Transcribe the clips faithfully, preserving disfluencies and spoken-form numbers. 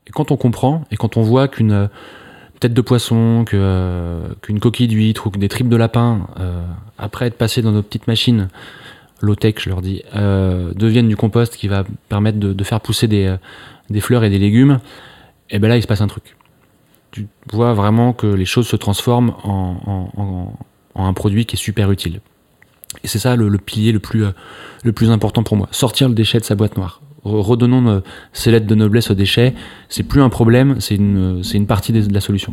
Et quand on comprend, et quand on voit qu'une euh, tête de poisson, que, euh, qu'une coquille d'huître ou que des tripes de lapin, euh, après être passées dans nos petites machines, low-tech je leur dis, euh, deviennent du compost qui va permettre de, de faire pousser des, euh, des fleurs et des légumes, et ben là il se passe un truc. Tu vois vraiment que les choses se transforment en, en, en, en un produit qui est super utile. Et c'est ça le, le pilier le plus, euh, le plus important pour moi. Sortir le déchet de sa boîte noire. Redonnons euh, ces lettres de noblesse aux déchets. C'est plus un problème, c'est une, c'est une partie des, de la solution.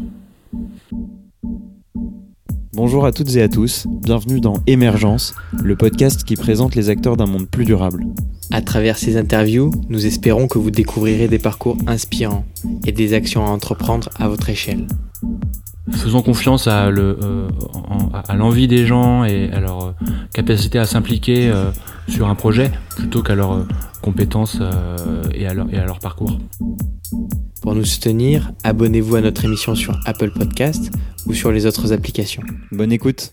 Bonjour à toutes et à tous, bienvenue dans Émergence, le podcast qui présente les acteurs d'un monde plus durable. À travers ces interviews, nous espérons que vous découvrirez des parcours inspirants et des actions à entreprendre à votre échelle. Faisons confiance à, le, euh, en, à l'envie des gens et à leur euh, capacité à s'impliquer euh, sur un projet plutôt qu'à leurs euh, compétences euh, et, à leur, et à leur parcours. Pour nous soutenir, abonnez-vous à notre émission sur Apple Podcast ou sur les autres applications. Bonne écoute.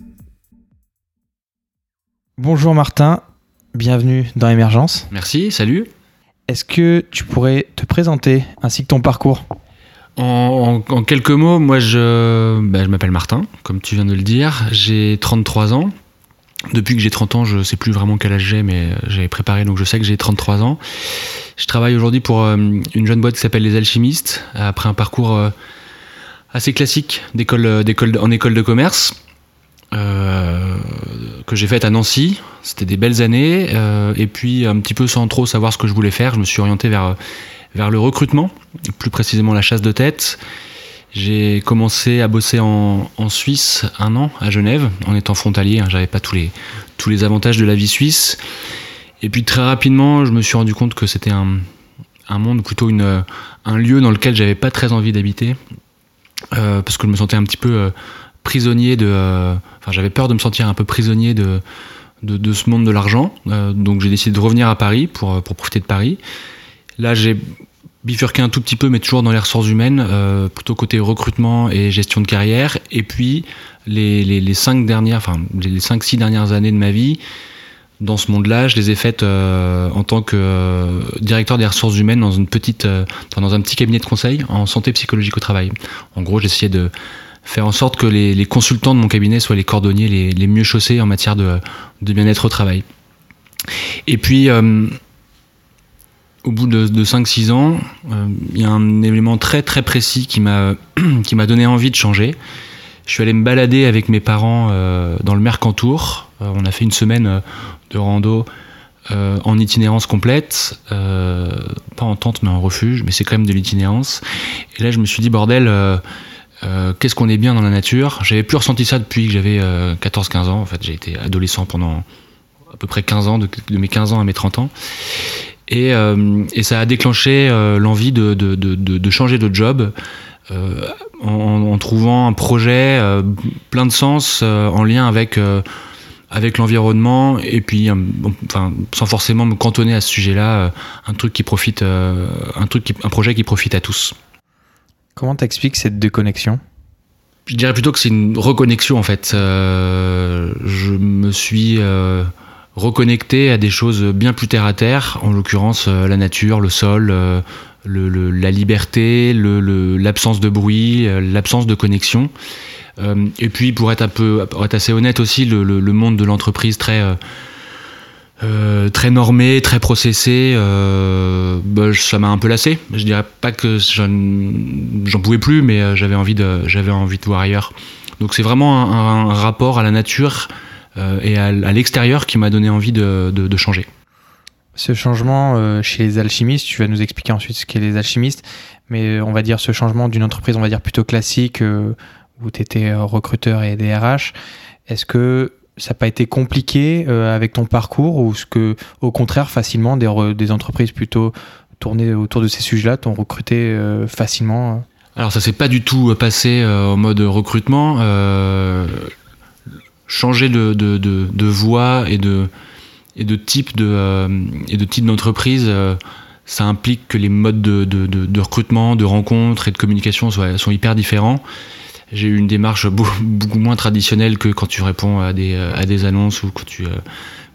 Bonjour Martin, bienvenue dans Émergence. Merci, salut. Est-ce que tu pourrais te présenter ainsi que ton parcours ? En, en, en quelques mots, moi je, bah, je m'appelle Martin, comme tu viens de le dire, j'ai trente-trois ans. Depuis que j'ai trente ans, je ne sais plus vraiment quel âge j'ai, mais j'avais préparé, donc je sais que j'ai trente-trois ans. Je travaille aujourd'hui pour euh, une jeune boîte qui s'appelle Les Alchimistes, après un parcours euh, assez classique d'école, d'école, en école de commerce, euh, que j'ai faite à Nancy. C'était des belles années, euh, et puis un petit peu sans trop savoir ce que je voulais faire, je me suis orienté vers... vers le recrutement, plus précisément la chasse de tête. J'ai commencé à bosser en, en Suisse un an, à Genève, en étant frontalier. Hein, j'avais pas tous les, tous les avantages de la vie suisse. Et puis très rapidement, je me suis rendu compte que c'était un, un monde, plutôt une, un lieu dans lequel j'avais pas très envie d'habiter, euh, parce que je me sentais un petit peu euh, prisonnier de... Euh, enfin, j'avais peur de me sentir un peu prisonnier de, de, de ce monde de l'argent. Euh, donc j'ai décidé de revenir à Paris pour, pour profiter de Paris. Là, j'ai bifurqué un tout petit peu, mais toujours dans les ressources humaines, euh, plutôt côté recrutement et gestion de carrière. Et puis, les, les, les cinq dernières, enfin, les cinq, six dernières années de ma vie, dans ce monde-là, je les ai faites euh, en tant que euh, directeur des ressources humaines dans une petite, euh, dans un petit cabinet de conseil en santé psychologique au travail. En gros, j'essayais de faire en sorte que les, les consultants de mon cabinet soient les cordonniers les, les mieux chaussés en matière de, de bien-être au travail. Et puis, euh, au bout de, de cinq six ans, il euh, y a un élément très très précis qui m'a, qui m'a donné envie de changer. Je suis allé me balader avec mes parents euh, dans le Mercantour. Euh, on a fait une semaine euh, de rando euh, en itinérance complète. Euh, pas en tente mais en refuge, mais c'est quand même de l'itinérance. Et là je me suis dit, bordel, euh, euh, qu'est-ce qu'on est bien dans la nature. J'avais plus ressenti ça depuis que j'avais euh, quatorze quinze ans. En fait, j'ai été adolescent pendant à peu près quinze ans, de, de mes quinze ans à mes trente ans. Et, euh, et ça a déclenché euh, l'envie de, de, de, de changer de job euh, en, en trouvant un projet euh, plein de sens euh, en lien avec, euh, avec l'environnement et puis euh, enfin, sans forcément me cantonner à ce sujet-là, euh, un, truc qui profite, euh, un, truc qui, un projet qui profite à tous. Comment t'expliques cette déconnexion ? Je dirais plutôt que c'est une reconnexion en fait. Euh, je me suis... Euh, reconnecté à des choses bien plus terre à terre, en l'occurrence euh, la nature, le sol, euh, le, le, la liberté, le, le, l'absence de bruit, euh, l'absence de connexion. Euh, et puis pour être un peu, pour être assez honnête aussi, le, le, le monde de l'entreprise très euh, euh, très normé, très processé, euh, bah, ça m'a un peu lassé. Je dirais pas que j'en, j'en pouvais plus, mais j'avais envie de, j'avais envie de voir ailleurs. Donc c'est vraiment un, un rapport à la nature Euh, et à, à l'extérieur qui m'a donné envie de, de, de changer. Ce changement euh, chez les alchimistes, tu vas nous expliquer ensuite ce qu'est les alchimistes, mais on va dire ce changement d'une entreprise, on va dire plutôt classique, euh, où tu étais recruteur et D R H, est-ce que ça n'a pas été compliqué euh, avec ton parcours ou est-ce que, au contraire, facilement, des, re, des entreprises plutôt tournées autour de ces sujets-là t'ont recruté euh, facilement ? Alors ça s'est pas du tout passé euh, en mode recrutement. Euh, changer de, de, de, de voie et de, et de type de, euh, et de type d'entreprise, euh, ça implique que les modes de, de, de, de recrutement, de rencontres et de communication soient, sont hyper différents. J'ai eu une démarche beaucoup, beaucoup moins traditionnelle que quand tu réponds à des, à des annonces ou quand tu, euh,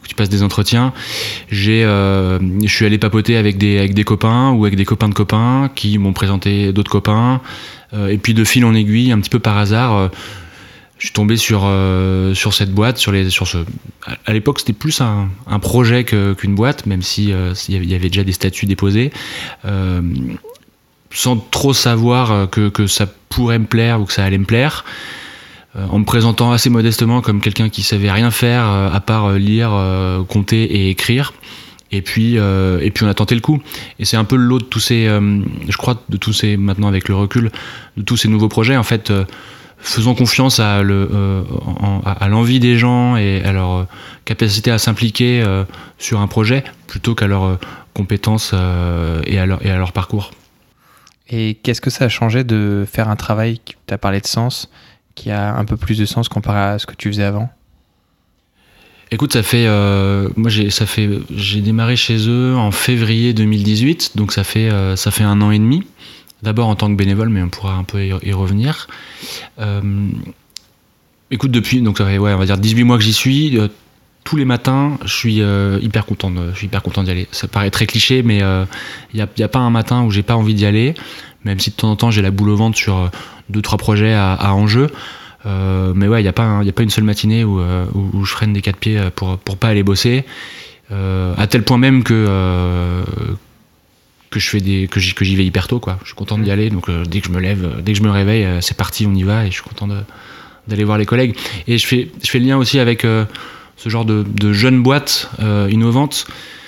tu passes des entretiens. J'ai, euh, je suis allé papoter avec des, avec des copains ou avec des copains de copains qui m'ont présenté d'autres copains. Euh, et puis de fil en aiguille, un petit peu par hasard, euh, je suis tombé sur, euh, sur cette boîte. Sur les, sur ce... À l'époque, c'était plus un, un projet que, qu'une boîte, même si euh, il y avait déjà des statuts déposés. Euh, sans trop savoir que, que ça pourrait me plaire ou que ça allait me plaire. En me présentant assez modestement comme quelqu'un qui savait rien faire euh, à part euh, lire, euh, compter et écrire. Et puis, euh, et puis on a tenté le coup. Et c'est un peu le lot de tous ces, euh, je crois, de tous ces, maintenant avec le recul, de tous ces nouveaux projets. En fait, euh, faisons confiance à, le, euh, en, à l'envie des gens et à leur capacité à s'impliquer euh, sur un projet plutôt qu'à leurs compétences euh, et, à leur, et à leur parcours. Et qu'est-ce que ça a changé de faire un travail, tu as parlé de sens, qui a un peu plus de sens comparé à ce que tu faisais avant? Écoute, ça fait, euh, moi j'ai, ça fait, j'ai démarré chez eux en février deux mille dix-huit, donc ça fait, euh, ça fait un an et demi. D'abord en tant que bénévole, mais on pourra un peu y, y revenir. Euh, écoute, depuis, donc ça fait, ouais, on va dire dix-huit mois que j'y suis. Euh, tous les matins, je suis euh, hyper content, de, je suis hyper content d'y aller. Ça paraît très cliché, mais il euh, y a, y a pas un matin où j'ai pas envie d'y aller, même si de temps en temps j'ai la boule au ventre sur euh, deux trois projets à, à enjeu. Euh, mais ouais, il n'y a pas un, y a pas une seule matinée où, euh, où, où je freine des quatre pieds pour pour pas aller bosser. Euh, à tel point même que euh, que je fais des que j'y, que j'y vais hyper tôt, quoi. Je suis content d'y aller, donc euh, dès que je me lève, dès que je me réveille, euh, c'est parti, on y va, et je suis content de, d'aller voir les collègues. Et je fais je fais le lien aussi avec euh, ce genre de, de jeunes boîtes euh, innovantes.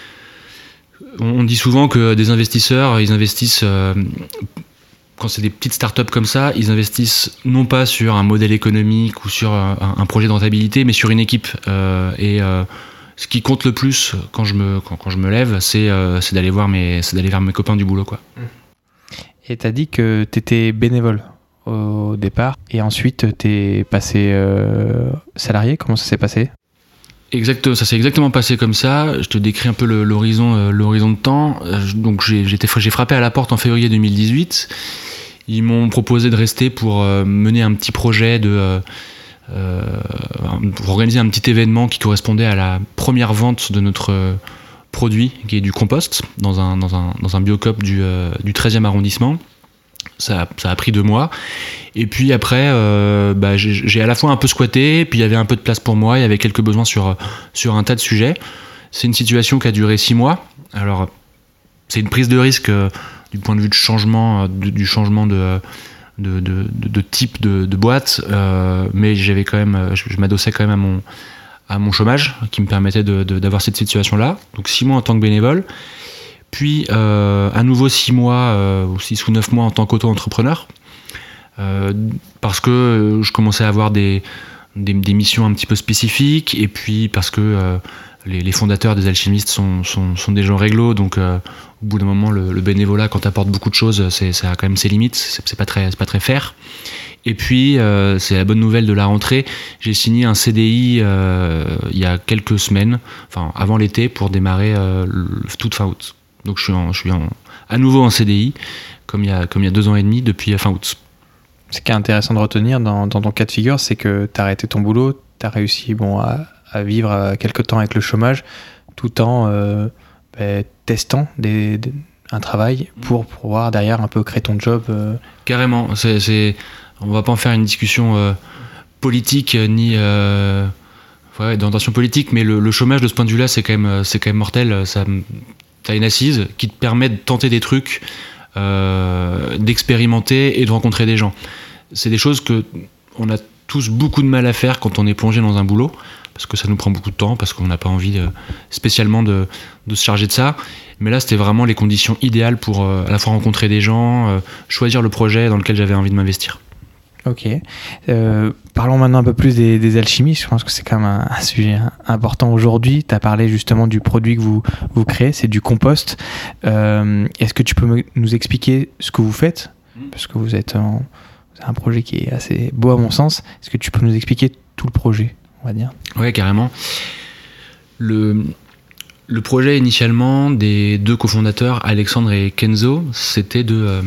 On, on dit souvent que des investisseurs, ils investissent euh, quand c'est des petites startups comme ça, ils investissent non pas sur un modèle économique ou sur un, un projet de rentabilité, mais sur une équipe. Euh, et euh, ce qui compte le plus quand je me, quand, quand je me lève, c'est, euh, c'est, d'aller voir mes, c'est d'aller vers mes copains du boulot, quoi. Et tu as dit que tu étais bénévole au départ, et ensuite tu es passé euh, salarié. Comment ça s'est passé ? Exact, ça s'est exactement passé comme ça. Je te décris un peu le, l'horizon, euh, l'horizon de temps. Euh, donc j'ai, j'étais, j'ai frappé à la porte en février deux mille dix-huit. Ils m'ont proposé de rester pour euh, mener un petit projet de, euh, euh, pour organiser un petit événement qui correspondait à la première vente de notre euh, produit, qui est du compost, dans un dans un dans un biocoop du euh, du treizième arrondissement. Ça, ça a pris deux mois. Et puis après, euh, bah, j'ai, j'ai à la fois un peu squatté, puis il y avait un peu de place pour moi, il y avait quelques besoins sur, sur un tas de sujets. C'est une situation qui a duré six mois. Alors, c'est une prise de risque euh, du point de vue de changement, de, du changement de, de, de, de, de type de, de boîte, euh, mais j'avais quand même, je, je m'adossais quand même à mon, à mon chômage, qui me permettait de, de, d'avoir cette situation-là. Donc six mois en tant que bénévole. Puis euh, à nouveau six mois, euh, ou six ou neuf mois en tant qu'auto-entrepreneur, euh, parce que euh, je commençais à avoir des, des, des missions un petit peu spécifiques, et puis parce que euh, les, les fondateurs des alchimistes sont, sont, sont des gens réglo, donc euh, au bout d'un moment, le, le bénévolat, quand t'apportes beaucoup de choses, c'est, ça a quand même ses limites, c'est, c'est pas très, c'est pas très fair. Et puis, euh, c'est la bonne nouvelle de la rentrée, j'ai signé un C D I euh, il y a quelques semaines, enfin avant l'été, pour démarrer euh, toute fin août. Donc je suis, en, je suis en, à nouveau en C D I, comme il y a, comme il y a deux ans et demi, depuis fin août. Ce qui est intéressant de retenir dans, dans ton cas de figure, c'est que tu as arrêté ton boulot, tu as réussi bon, à, à vivre quelque temps avec le chômage, tout en euh, bah, testant des, des, un travail pour pouvoir derrière un peu créer ton job. Euh. Carrément, c'est, c'est, on va pas en faire une discussion euh, politique ni euh, ouais, d'orientation politique, mais le, le chômage de ce point de vue-là, c'est quand même, c'est quand même mortel. Ça, t'as une assise qui te permet de tenter des trucs, euh, d'expérimenter et de rencontrer des gens. C'est des choses que on a tous beaucoup de mal à faire quand on est plongé dans un boulot, parce que ça nous prend beaucoup de temps, parce qu'on n'a pas envie de, spécialement de, de se charger de ça. Mais là, c'était vraiment les conditions idéales pour euh, à la fois rencontrer des gens, euh, choisir le projet dans lequel j'avais envie de m'investir. Ok. Euh, parlons maintenant un peu plus des, des alchimistes. Je pense que c'est quand même un, un sujet important aujourd'hui. Tu as parlé justement du produit que vous, vous créez, c'est du compost. Euh, est-ce que tu peux me, nous expliquer ce que vous faites ? Parce que vous êtes en, c'est un projet qui est assez beau à mon sens. Est-ce que tu peux nous expliquer tout le projet, on va dire ? Ouais, carrément. Le, le projet initialement des deux cofondateurs, Alexandre et Kenzo, c'était de... Euh,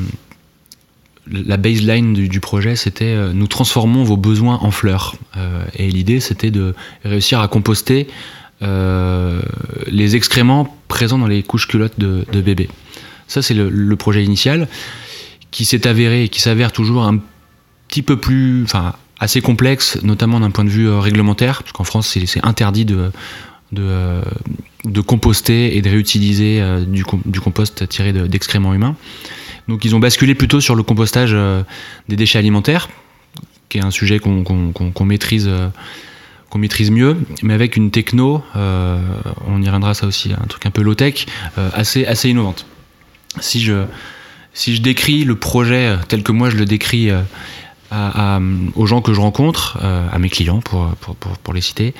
la baseline du, du projet, c'était euh, nous transformons vos besoins en fleurs. Euh, et l'idée, c'était de réussir à composter euh, les excréments présents dans les couches culottes de, de bébés. Ça, c'est le, le projet initial qui s'est avéré et qui s'avère toujours un petit peu plus, enfin, assez complexe, notamment d'un point de vue euh, réglementaire, parce qu'en France, c'est, c'est interdit de, de, euh, de composter et de réutiliser euh, du, du compost tiré de, d'excréments humains. Donc, ils ont basculé plutôt sur le compostage euh, des déchets alimentaires, qui est un sujet qu'on, qu'on, qu'on, qu'on maîtrise. Euh, qu'on maîtrise mieux, mais avec une techno, euh, on y reviendra ça aussi, un truc un peu low-tech, euh, assez, assez innovante. Si je, si je décris le projet tel que moi je le décris euh, à, à, aux gens que je rencontre, euh, à mes clients pour, pour, pour, pour les citer,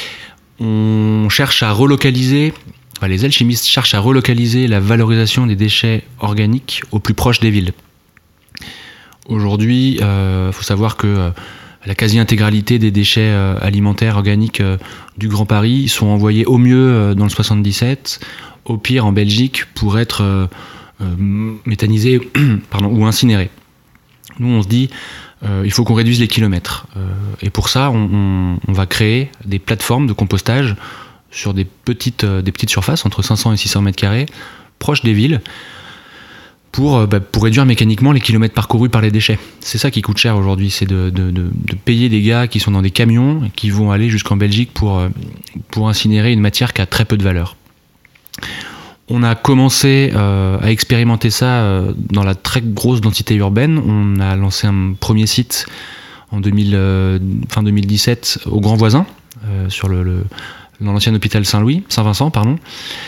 on cherche à relocaliser, enfin, les alchimistes cherchent à relocaliser la valorisation des déchets organiques au plus proche des villes. Aujourd'hui, il euh, faut savoir que euh, la quasi-intégralité des déchets euh, alimentaires organiques euh, du Grand Paris sont envoyés au mieux euh, dans le soixante-dix-sept, au pire en Belgique pour être euh, euh, méthanisés pardon, ou incinérés. Nous, on se dit, euh, il faut qu'on réduise les kilomètres. Euh, et pour ça, on, on, on va créer des plateformes de compostage sur des petites, euh, des petites surfaces, entre cinq cents et six cents mètres carrés, proches des villes, Pour, bah, pour réduire mécaniquement les kilomètres parcourus par les déchets. C'est ça qui coûte cher aujourd'hui, c'est de, de, de, de payer des gars qui sont dans des camions et qui vont aller jusqu'en Belgique pour, pour incinérer une matière qui a très peu de valeur. On a commencé euh, à expérimenter ça euh, dans la très grosse densité urbaine. On a lancé un premier site en deux mille, euh, fin deux mille dix-sept au Grand Voisin, euh, sur le, le, dans l'ancien hôpital Saint-Louis, Saint-Vincent, pardon.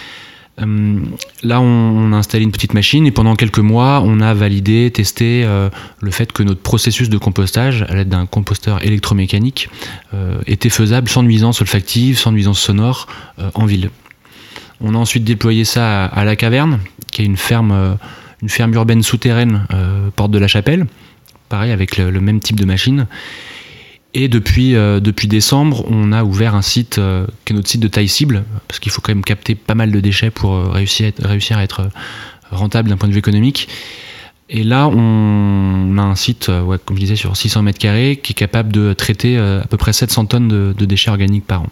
Euh, là, on, on a installé une petite machine et pendant quelques mois, on a validé, testé euh, le fait que notre processus de compostage, à l'aide d'un composteur électromécanique, euh, était faisable sans nuisance olfactive, sans nuisance sonore euh, en ville. On a ensuite déployé ça à, à La Caverne, qui est une ferme, euh, une ferme urbaine souterraine, euh, porte de la Chapelle, pareil avec le, le même type de machine. Et depuis, euh, depuis décembre, on a ouvert un site euh, qui est notre site de taille cible, parce qu'il faut quand même capter pas mal de déchets pour euh, réussir, à être, réussir à être rentable d'un point de vue économique. Et là, on a un site, euh, ouais, comme je disais, sur six cents mètres carrés, qui est capable de traiter euh, à peu près sept cents tonnes de, de déchets organiques par an.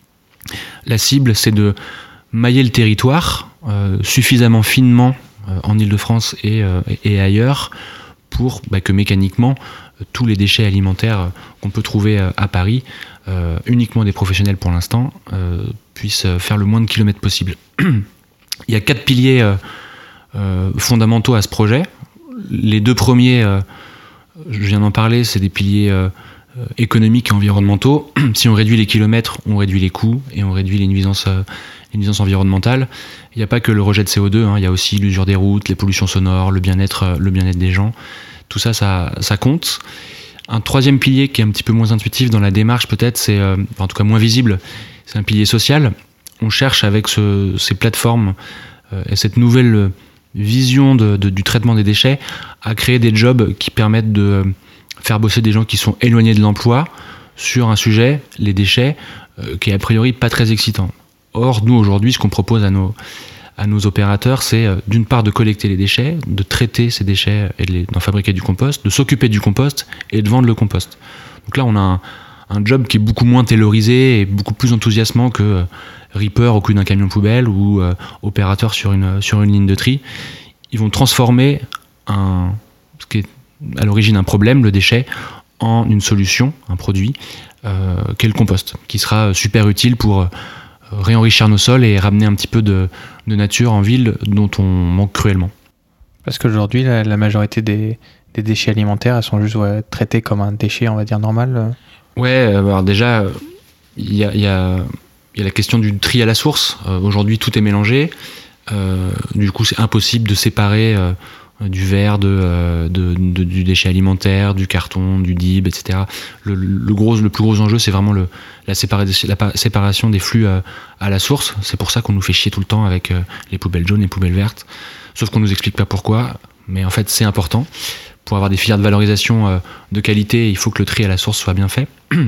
La cible, c'est de mailler le territoire euh, suffisamment finement euh, en Île-de-France et, euh, et ailleurs pour bah, que mécaniquement, tous les déchets alimentaires qu'on peut trouver à Paris, euh, uniquement des professionnels pour l'instant, euh, puissent faire le moins de kilomètres possible. Il y a quatre piliers euh, euh, fondamentaux à ce projet. Les deux premiers, euh, je viens d'en parler, c'est des piliers euh, économiques et environnementaux. Si on réduit les kilomètres, on réduit les coûts et on réduit les nuisances, euh, les nuisances environnementales. Il n'y a pas que le rejet de C O deux, hein, il y a aussi l'usure des routes, les pollutions sonores, le bien-être, le bien-être des gens. Tout ça, ça, ça compte. Un troisième pilier qui est un petit peu moins intuitif dans la démarche, peut-être, c'est, euh, en tout cas moins visible, c'est un pilier social. On cherche avec ce, ces plateformes euh, et cette nouvelle vision de, de, du traitement des déchets à créer des jobs qui permettent de faire bosser des gens qui sont éloignés de l'emploi sur un sujet, les déchets, euh, qui est a priori pas très excitant. Or, nous, aujourd'hui, ce qu'on propose à nos... à nos opérateurs, c'est euh, d'une part de collecter les déchets, de traiter ces déchets et de les, d'en fabriquer du compost, de s'occuper du compost et de vendre le compost. Donc là, on a un, un job qui est beaucoup moins taylorisé et beaucoup plus enthousiasmant que euh, Reaper au cul d'un camion poubelle ou euh, opérateur sur une, sur une ligne de tri. Ils vont transformer un, ce qui est à l'origine un problème, le déchet, en une solution, un produit, euh, qu'est le compost, qui sera super utile pour euh, réenrichir nos sols et ramener un petit peu de, de nature en ville dont on manque cruellement. Parce qu'aujourd'hui, la, la majorité des, des déchets alimentaires, elles sont juste ouais, traités comme un déchet, on va dire, normal. Ouais, alors déjà, il y a, y a, y a la question du tri à la source. Euh, aujourd'hui, tout est mélangé. Euh, du coup, c'est impossible de séparer euh, du verre, de, euh, de, de, du déchet alimentaire, du carton, du D I B, et cetera. Le, le, gros, le plus gros enjeu, c'est vraiment le, la, sépara- la séparation des flux euh, à la source. C'est pour ça qu'on nous fait chier tout le temps avec euh, les poubelles jaunes, les poubelles vertes. Sauf qu'on nous explique pas pourquoi. Mais en fait, c'est important. Pour avoir des filières de valorisation euh, de qualité, il faut que le tri à la source soit bien fait.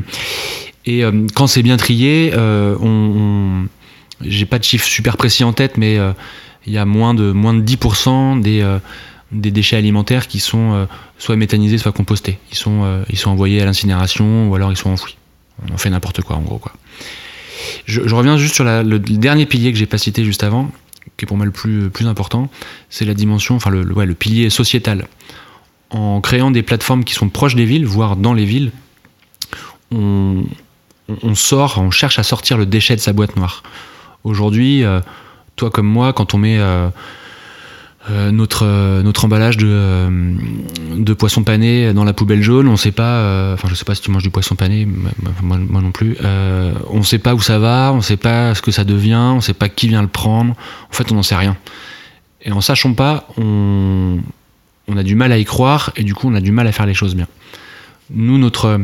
Et euh, quand c'est bien trié, euh, on, on, j'ai pas de chiffre super précis en tête, mais il euh, y a moins de, moins de dix pour cent des... Euh, des déchets alimentaires qui sont euh, soit méthanisés, soit compostés. Ils sont, euh, ils sont envoyés à l'incinération ou alors ils sont enfouis. On en fait n'importe quoi, en gros, quoi. Je, je reviens juste sur la, le, le dernier pilier que j'ai pas cité juste avant, qui est pour moi le plus, le plus important, c'est la dimension, enfin le, le, ouais, le pilier sociétal. En créant des plateformes qui sont proches des villes, voire dans les villes, on, on, on sort, on cherche à sortir le déchet de sa boîte noire. Aujourd'hui, euh, toi comme moi, quand on met euh, euh, notre, euh, notre emballage de, euh, de poisson pané dans la poubelle jaune, on sait pas, euh, enfin je sais pas si tu manges du poisson pané, moi, moi non plus, euh, on sait pas où ça va, on sait pas ce que ça devient, on sait pas qui vient le prendre, en fait on n'en sait rien. Et en sachant pas, on, on a du mal à y croire et du coup on a du mal à faire les choses bien. Nous, notre,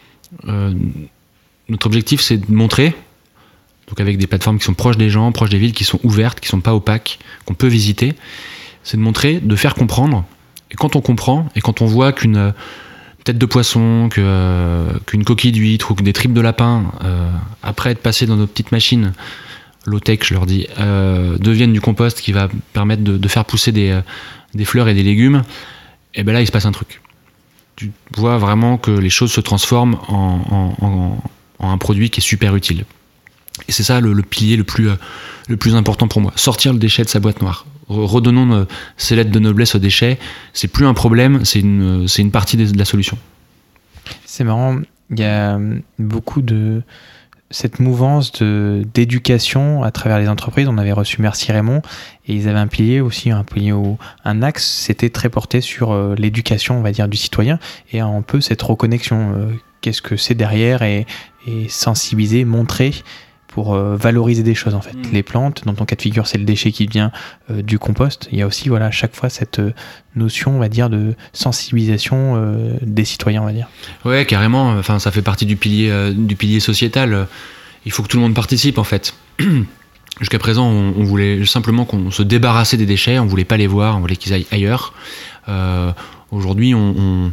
euh, notre objectif c'est de montrer, donc avec des plateformes qui sont proches des gens, proches des villes, qui sont ouvertes, qui sont pas opaques, qu'on peut visiter, c'est de montrer, de faire comprendre. Et quand on comprend, et quand on voit qu'une tête de poisson, que, euh, qu'une coquille d'huître ou que des tripes de lapin, euh, après être passées dans nos petites machines, low-tech, je leur dis, euh, deviennent du compost qui va permettre de, de faire pousser des, euh, des fleurs et des légumes, et ben là, il se passe un truc. Tu vois vraiment que les choses se transforment en, en, en, en un produit qui est super utile. Et c'est ça le, le pilier le plus, euh, le plus important pour moi. Sortir le déchet de sa boîte noire. Redonnons euh, ces lettres de noblesse aux déchets. C'est plus un problème, c'est une, c'est une partie de, de la solution. C'est marrant, il y a beaucoup de cette mouvance de, d'éducation à travers les entreprises. On avait reçu Merci Raymond et ils avaient un pilier aussi, un pilier ou un axe, c'était très porté sur euh, l'éducation, on va dire, du citoyen et un peu cette reconnexion. Euh, qu'est-ce que c'est derrière et, et sensibiliser, montrer pour euh, valoriser des choses en fait. Mmh. Les plantes, dans ton cas de figure, c'est le déchet qui vient euh, du compost. Il y a aussi voilà, à chaque fois cette euh, notion, on va dire, de sensibilisation euh, des citoyens, on va dire. Ouais, carrément. Enfin, ça fait partie du pilier, euh, du pilier sociétal. Il faut que tout le monde participe en fait. Jusqu'à présent, on, on voulait simplement qu'on se débarrassait des déchets, on voulait pas les voir, on voulait qu'ils aillent ailleurs. Euh, aujourd'hui, on, on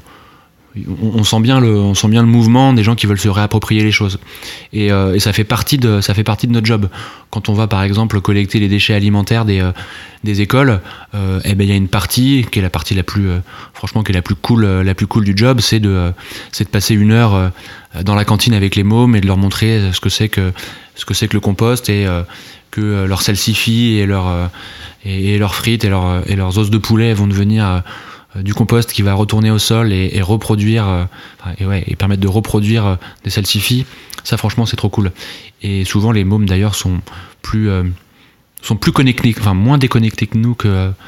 On, on sent bien le, on sent bien le mouvement des gens qui veulent se réapproprier les choses. Et, euh, et ça fait partie de, ça fait partie de notre job. Quand on va par exemple collecter les déchets alimentaires des, euh, des écoles, euh, eh ben il y a une partie qui est la partie la plus, euh, franchement, qui est la plus cool, euh, la plus cool du job, c'est de, euh, c'est de passer une heure euh, dans la cantine avec les mômes et de leur montrer ce que c'est que, ce que c'est que le compost et euh, que euh, leur salsifis et leurs euh, et, et leurs frites et leurs et leurs os de poulet vont devenir euh, du compost qui va retourner au sol et, et reproduire euh, et, ouais, et permettre de reproduire euh, des salsifis. Ça franchement c'est trop cool. Et souvent les mômes d'ailleurs sont plus euh, sont plus connectés, enfin moins déconnectés que nous, que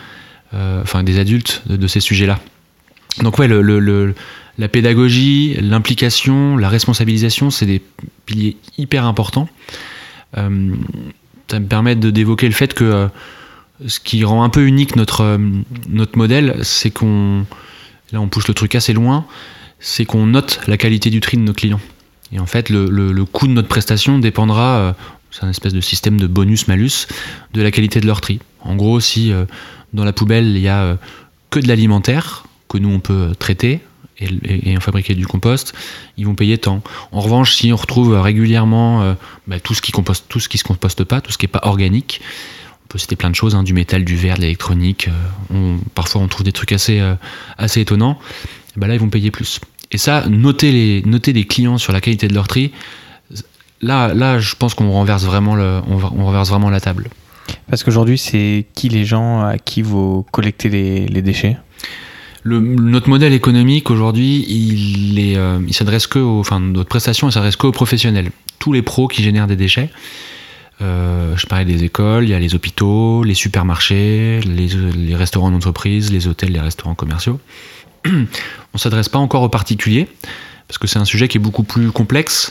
euh, enfin des adultes de, de ces sujets-là. Donc ouais, le, le, le, la pédagogie, l'implication, la responsabilisation, c'est des piliers hyper importants. Euh, ça me permet de, d'évoquer le fait que euh, ce qui rend un peu unique notre, euh, notre modèle, c'est qu'on, là on pousse le truc assez loin, c'est qu'on note la qualité du tri de nos clients. Et en fait, le, le, le coût de notre prestation dépendra, euh, c'est un espèce de système de bonus-malus, de la qualité de leur tri. En gros, si euh, dans la poubelle, il y a euh, que de l'alimentaire, que nous on peut traiter et, et, et fabriquer du compost, ils vont payer tant. En revanche, si on retrouve régulièrement euh, bah, tout ce qui composte, tout ce qui se composte pas, tout ce qui est pas organique, on peut citer plein de choses, hein, du métal, du verre, de l'électronique. Euh, on, parfois, on trouve des trucs assez, euh, assez étonnants. Et ben là, ils vont payer plus. Et ça, noter les, noter les clients sur la qualité de leur tri, là, là, je pense qu'on renverse vraiment le, on, on renverse vraiment la table. Parce qu'aujourd'hui, c'est qui les gens à qui vous collectez les, les déchets ? Le, notre modèle économique aujourd'hui, il, est, euh, il s'adresse que aux, enfin, notre prestation, elle s'adresse qu'aux professionnels. Tous les pros qui génèrent des déchets. Euh, je parlais des écoles, il y a les hôpitaux, les supermarchés, les, les restaurants d'entreprise, les hôtels, les restaurants commerciaux. On s'adresse pas encore aux particuliers parce que c'est un sujet qui est beaucoup plus complexe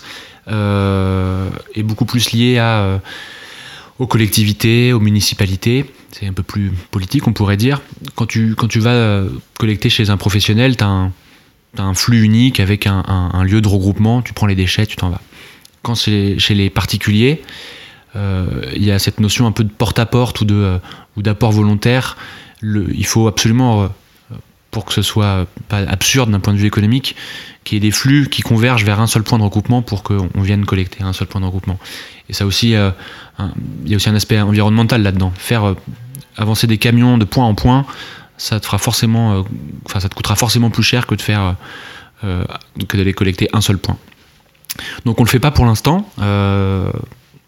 euh, et beaucoup plus lié à, euh, aux collectivités, aux municipalités. C'est un peu plus politique, on pourrait dire. Quand tu, quand tu vas collecter chez un professionnel, tu as un, t'as un flux unique avec un, un, un lieu de regroupement, tu prends les déchets, tu t'en vas. Quand c'est chez les particuliers, euh, il y a cette notion un peu de porte-à-porte ou, de, euh, ou d'apport volontaire. Le, il faut absolument, euh, pour que ce soit pas absurde d'un point de vue économique, qu'il y ait des flux qui convergent vers un seul point de regroupement pour qu'on vienne collecter un seul point de regroupement. Et ça aussi, euh, un, il y a aussi un aspect environnemental là-dedans. Faire euh, avancer des camions de point en point, ça te fera forcément, euh, enfin ça te coûtera forcément plus cher que de faire, euh, que d'aller collecter un seul point. Donc on le fait pas pour l'instant. Euh,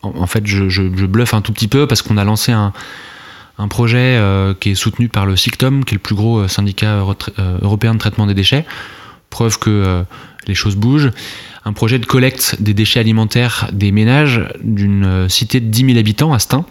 en, en fait, je, je, je bluffe un tout petit peu parce qu'on a lancé un, un projet euh, qui est soutenu par le SICTOM, qui est le plus gros syndicat retra- euh, européen de traitement des déchets. Preuve que euh, les choses bougent. Un projet de collecte des déchets alimentaires des ménages d'une euh, cité de dix mille habitants à Stein.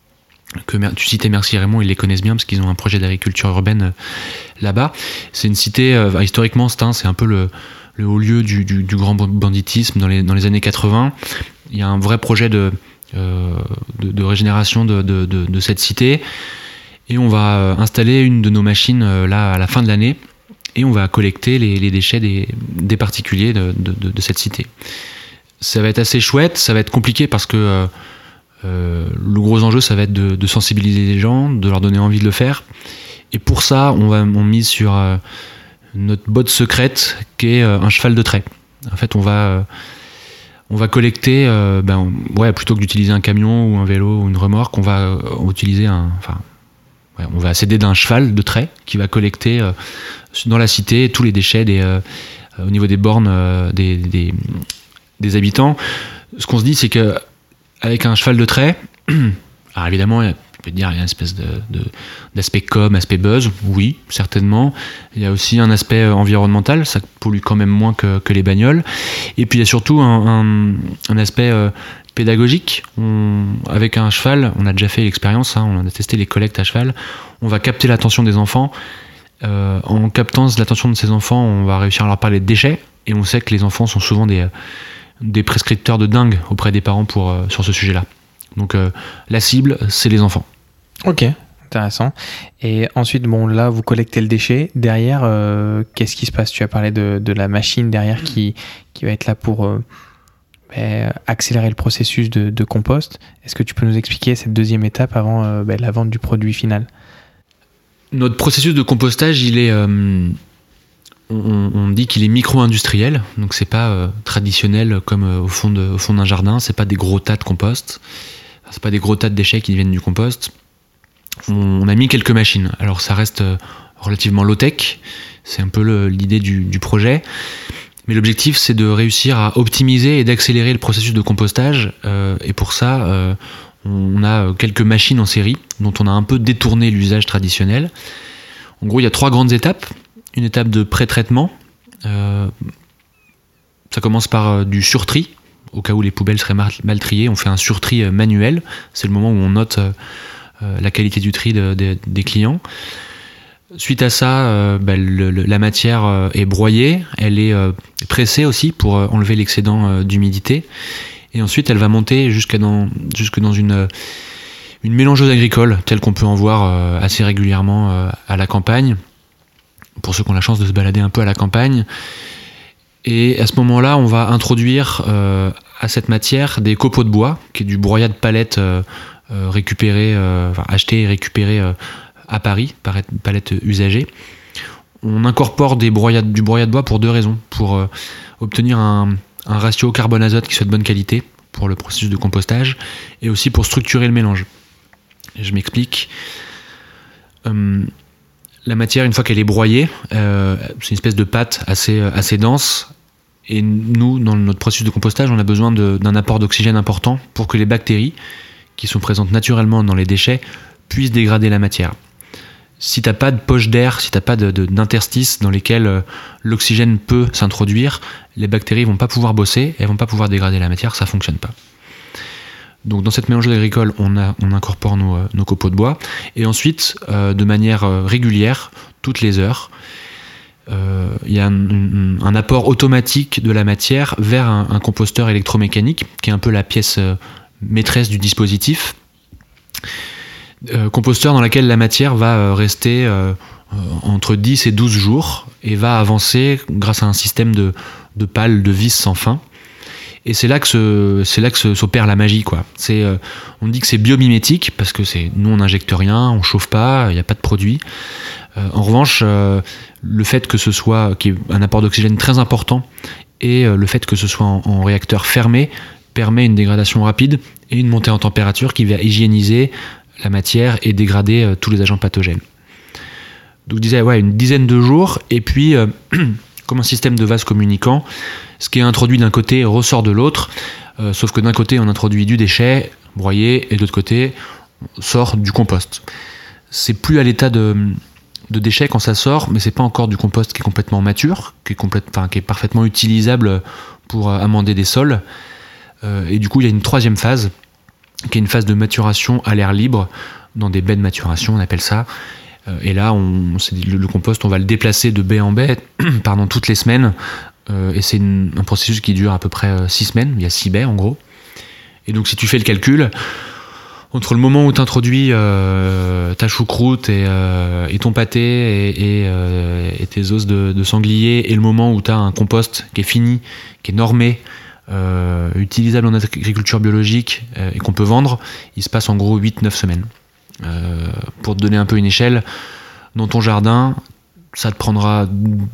Que tu citais Merci Raymond, ils les connaissent bien parce qu'ils ont un projet d'agriculture urbaine euh, là-bas. C'est une cité, euh, historiquement, Stein, c'est un peu le, le haut lieu du, du, du grand banditisme dans les, dans les années quatre-vingts. Il y a un vrai projet de, euh, de, de régénération de, de, de, de cette cité. Et on va euh, installer une de nos machines euh, là à la fin de l'année. Et on va collecter les, les déchets des, des particuliers de, de, de, de cette cité. Ça va être assez chouette, ça va être compliqué parce que euh, euh, le gros enjeu, ça va être de, de sensibiliser les gens, de leur donner envie de le faire. Et pour ça, on va on mise sur euh, notre botte secrète qui est euh, un cheval de trait. En fait, on va, euh, on va collecter, euh, ben, ouais, plutôt que d'utiliser un camion ou un vélo ou une remorque, on va euh, utiliser un... Enfin, ouais, on va s'aider d'un cheval de trait qui va collecter euh, dans la cité tous les déchets des, euh, au niveau des bornes euh, des, des, des habitants. Ce qu'on se dit, c'est que avec un cheval de trait, alors évidemment, il peut dire il y a une espèce de, de, d'aspect com, aspect buzz, oui, certainement. Il y a aussi un aspect environnemental, ça pollue quand même moins que, que les bagnoles. Et puis il y a surtout un, un, un aspect euh, pédagogique. On, avec un cheval, on a déjà fait l'expérience, hein, on a testé les collectes à cheval, on va capter l'attention des enfants. Euh, en captant l'attention de ces enfants, on va réussir à leur parler de déchets, et on sait que les enfants sont souvent des, des prescripteurs de dingue auprès des parents pour, euh, sur ce sujet-là. Donc euh, la cible, c'est les enfants. Ok, intéressant. Et ensuite, bon, là, vous collectez le déchet. Derrière, euh, qu'est-ce qui se passe ? Tu as parlé de, de la machine derrière qui, qui va être là pour euh, bah, accélérer le processus de, de compost. Est-ce que tu peux nous expliquer cette deuxième étape avant euh, bah, la vente du produit final ? Notre processus de compostage, il est, euh, on, on dit qu'il est micro-industriel, donc c'est pas euh, traditionnel comme euh, au fond de, au fond d'un jardin. C'est pas des gros tas de compost, c'est pas des gros tas de déchets qui viennent du compost. On, on a mis quelques machines. Alors ça reste euh, relativement low-tech, c'est un peu le, l'idée du, du projet. Mais l'objectif, c'est de réussir à optimiser et d'accélérer le processus de compostage. Euh, et pour ça, euh, on a quelques machines en série dont on a un peu détourné l'usage traditionnel. En gros, il y a trois grandes étapes. Une étape de pré-traitement. Euh, ça commence par euh, du surtri. Au cas où les poubelles seraient mal, mal triées, on fait un surtri euh, manuel. C'est le moment où on note euh, euh, la qualité du tri de, de, des clients. Suite à ça, euh, bah, le, le, la matière euh, est broyée. Elle est euh, pressée aussi pour euh, enlever l'excédent euh, d'humidité. Et ensuite, elle va monter jusqu'à dans, jusque dans une, une mélangeuse agricole, telle qu'on peut en voir euh, assez régulièrement euh, à la campagne, pour ceux qui ont la chance de se balader un peu à la campagne. Et à ce moment-là, on va introduire euh, à cette matière des copeaux de bois, qui est du broyat de palettes euh, euh, récupéré, euh, enfin, acheté et récupéré euh, à Paris, palettes usagées. On incorpore des broyats, du broyat de bois pour deux raisons. Pour euh, obtenir un... un ratio carbone-azote qui soit de bonne qualité pour le processus de compostage, et aussi pour structurer le mélange. Je m'explique. Euh, la matière, une fois qu'elle est broyée, euh, c'est une espèce de pâte assez, assez dense, et nous, dans notre processus de compostage, on a besoin de, d'un apport d'oxygène important pour que les bactéries, qui sont présentes naturellement dans les déchets, puissent dégrader la matière. Si t'as pas de poche d'air, si t'as pas de, de, d'interstices dans lesquels euh, l'oxygène peut s'introduire, les bactéries vont pas pouvoir bosser, elles vont pas pouvoir dégrader la matière, ça fonctionne pas. Donc dans cette mélangeuse agricole, on, a, on incorpore nos, euh, nos copeaux de bois, et ensuite, euh, de manière euh, régulière, toutes les heures, il euh, y a un, un, un apport automatique de la matière vers un, un composteur électromécanique, qui est un peu la pièce euh, maîtresse du dispositif. Euh, composteur dans laquelle la matière va euh, rester euh, euh, entre dix et douze jours et va avancer grâce à un système de, de pales, de vis sans fin. Et c'est là que se, c'est là que se, s'opère la magie, quoi. C'est, euh, on dit que c'est biomimétique parce que c'est, nous on n'injecte rien, on chauffe pas, il n'y a pas de produit. Euh, en revanche, euh, le fait que ce soit qu'il y ait un apport d'oxygène très important et euh, le fait que ce soit en, en réacteur fermé permet une dégradation rapide et une montée en température qui va hygiéniser la matière et dégrader euh, tous les agents pathogènes. Donc je disais, ouais, une dizaine de jours, et puis euh, comme un système de vase communicant, ce qui est introduit d'un côté ressort de l'autre. Euh, sauf que d'un côté, on introduit du déchet broyé et de l'autre côté, on sort du compost. C'est plus à l'état de, de déchet quand ça sort, mais c'est pas encore du compost qui est complètement mature, qui est, complète, enfin, qui est parfaitement utilisable pour amender des sols. Euh, et du coup, il y a une troisième phase, qui est une phase de maturation à l'air libre, dans des baies de maturation, on appelle ça. Euh, et là, on, c'est, le, le compost, on va le déplacer de baie en baie pardon, toutes les semaines. Euh, et c'est une, un processus qui dure à peu près six semaines. Il y a six baies, en gros. Et donc, si tu fais le calcul, entre le moment où tu introduis euh, ta choucroute et, euh, et ton pâté et, et, euh, et tes os de, de sanglier et le moment où tu as un compost qui est fini, qui est normé, euh, utilisable en agriculture biologique euh, et qu'on peut vendre, il se passe en gros huit neuf semaines. Euh, pour te donner un peu une échelle, dans ton jardin, ça te prendra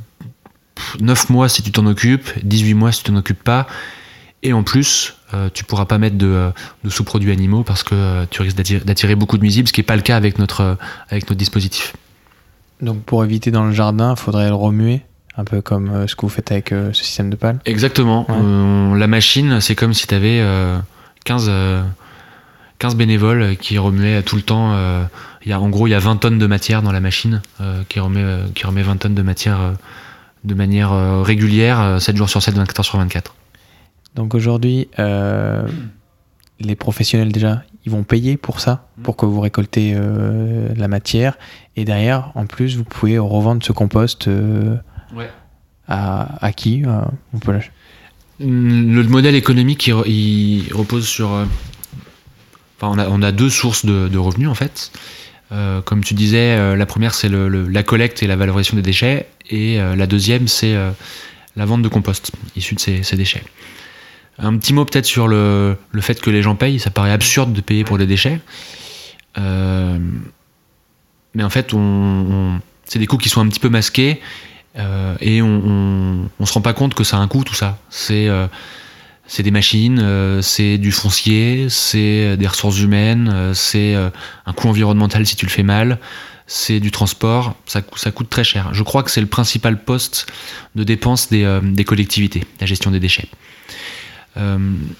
neuf mois si tu t'en occupes, dix-huit mois si tu t'en occupes pas. Et en plus, euh, tu pourras pas mettre de, de sous-produits animaux parce que euh, tu risques d'attirer, d'attirer beaucoup de nuisibles, ce qui n'est pas le cas avec notre, euh, avec notre dispositif. Donc pour éviter dans le jardin, il faudrait le remuer, un peu comme euh, ce que vous faites avec euh, ce système de pales. Exactement. Ouais. Euh, la machine, c'est comme si tu avais euh, quinze, euh, quinze bénévoles qui remuaient tout le temps. Euh, y a, en gros, il y a vingt tonnes de matière dans la machine euh, qui, remet, euh, qui remet vingt tonnes de matière euh, de manière euh, régulière, euh, sept jours sur sept, vingt-quatre heures sur vingt-quatre. Donc aujourd'hui, euh, les professionnels déjà, ils vont payer pour ça, pour que vous récoltez euh, la matière. Et derrière, en plus, vous pouvez revendre ce compost euh, ouais. à, à qui euh, on peut l'acheter. Le modèle économique, il, il repose sur... Euh, enfin, on a, on a deux sources de, de revenus, en fait. Euh, comme tu disais, euh, la première, c'est le, le, la collecte et la valorisation des déchets. Et euh, la deuxième, c'est euh, la vente de compost issu de ces, ces déchets. Un petit mot peut-être sur le, le fait que les gens payent. Ça paraît absurde de payer pour les déchets. Euh, mais en fait, on, on, c'est des coûts qui sont un petit peu masqués euh, et on, on, on se rend pas compte que ça a un coût, tout ça. C'est, euh, c'est des machines, euh, c'est du foncier, c'est des ressources humaines, euh, c'est euh, un coût environnemental si tu le fais mal, c'est du transport, ça, ça coûte très cher. Je crois que c'est le principal poste de dépense des, euh, des collectivités, la gestion des déchets. Euh,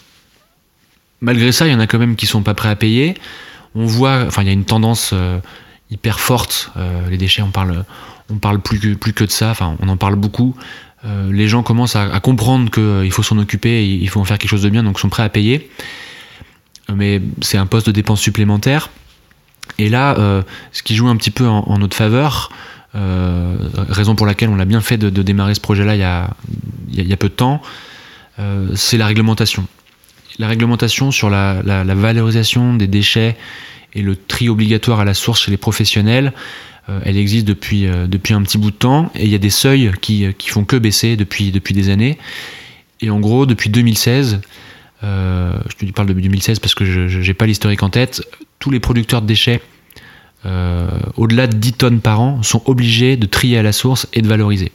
malgré ça, il y en a quand même qui sont pas prêts à payer. On voit, enfin, il y a une tendance euh, hyper forte. Euh, les déchets, on parle, on parle plus que plus que de ça. Enfin, on en parle beaucoup. Euh, les gens commencent à, à comprendre qu'il euh, faut s'en occuper, il faut en faire quelque chose de bien, donc sont prêts à payer. Mais c'est un poste de dépense supplémentaire. Et là, euh, ce qui joue un petit peu en, en notre faveur, euh, raison pour laquelle on a bien fait de, de démarrer ce projet-là il y a, il y a, il y a peu de temps. Euh, c'est la réglementation. La réglementation sur la, la, la valorisation des déchets et le tri obligatoire à la source chez les professionnels, euh, elle existe depuis, euh, depuis un petit bout de temps et il y a des seuils qui, qui font que baisser depuis, depuis des années. Et en gros, depuis deux mille seize, euh, je te parle de deux mille seize parce que je n'ai pas l'historique en tête, tous les producteurs de déchets euh, au-delà de dix tonnes par an sont obligés de trier à la source et de valoriser.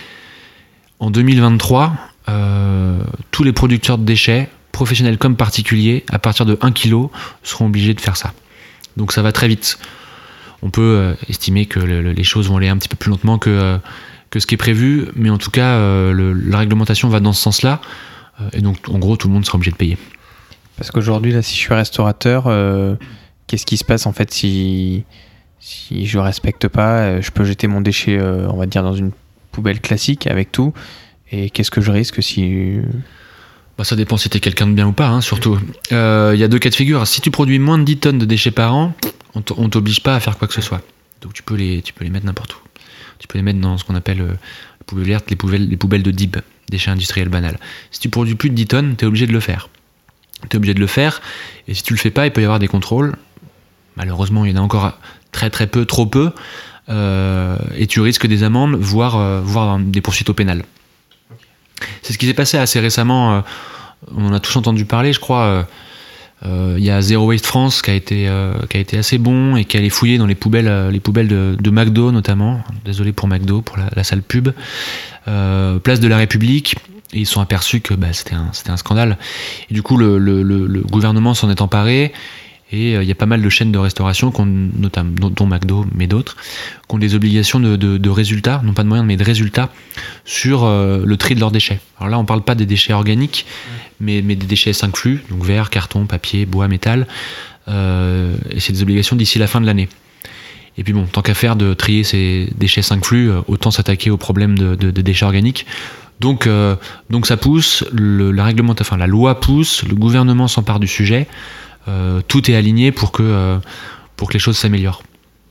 En deux mille vingt-trois, Euh, tous les producteurs de déchets, professionnels comme particuliers, à partir de un kilo, seront obligés de faire ça. Donc ça va très vite. On peut euh, estimer que le, le, les choses vont aller un petit peu plus lentement que, euh, que ce qui est prévu, mais en tout cas, euh, le, la réglementation va dans ce sens-là. Euh, et donc, en gros, tout le monde sera obligé de payer. Parce qu'aujourd'hui, là, si je suis restaurateur, euh, qu'est-ce qui se passe en fait si, si je ne respecte pas? Je peux jeter mon déchet, euh, on va dire, dans une poubelle classique avec tout. Et qu'est-ce que je risque si... Bah, ça dépend si t'es quelqu'un de bien ou pas, hein, surtout. Il euh, y a deux cas de figure. Si tu produis moins de dix tonnes de déchets par an, on t'oblige pas à faire quoi que ce soit. Donc tu peux les, tu peux les mettre n'importe où. Tu peux les mettre dans ce qu'on appelle euh, les poubelles vertes, les poubelles, les poubelles de D I B, déchets industriels banals. Si tu produis plus de dix tonnes, t'es obligé de le faire. T'es obligé de le faire. Et si tu le fais pas, il peut y avoir des contrôles. Malheureusement, il y en a encore très très peu, trop peu. Euh, et tu risques des amendes, voire, euh, voire des poursuites au pénal. C'est ce qui s'est passé assez récemment. Euh, on en a tous entendu parler, je crois. Euh, euh, y a Zero Waste France qui a été euh, qui a été assez bon et qui allait fouiller dans les poubelles, euh, les poubelles de, de McDo notamment. Désolé pour McDo pour la, la sale pub. Euh, place de la République. Et ils se sont aperçus que bah, c'était un c'était un scandale. Et du coup, le le, le, le gouvernement s'en est emparé Et il euh, y a pas mal de chaînes de restauration, qu'on, notamment, dont McDo, mais d'autres, qui ont des obligations de, de, de résultats, non pas de moyens, mais de résultats, sur euh, le tri de leurs déchets. Alors là, on parle pas des déchets organiques, mais, mais des déchets cinq flux, donc verre, carton, papier, bois, métal. Euh, et c'est des obligations d'ici la fin de l'année. Et puis bon, tant qu'à faire de trier ces déchets cinq flux, autant s'attaquer au problème de, de, de déchets organiques. Donc, euh, donc ça pousse, le, la réglementation, enfin la loi pousse, le gouvernement s'empare du sujet, euh, tout est aligné pour que, euh, pour que les choses s'améliorent.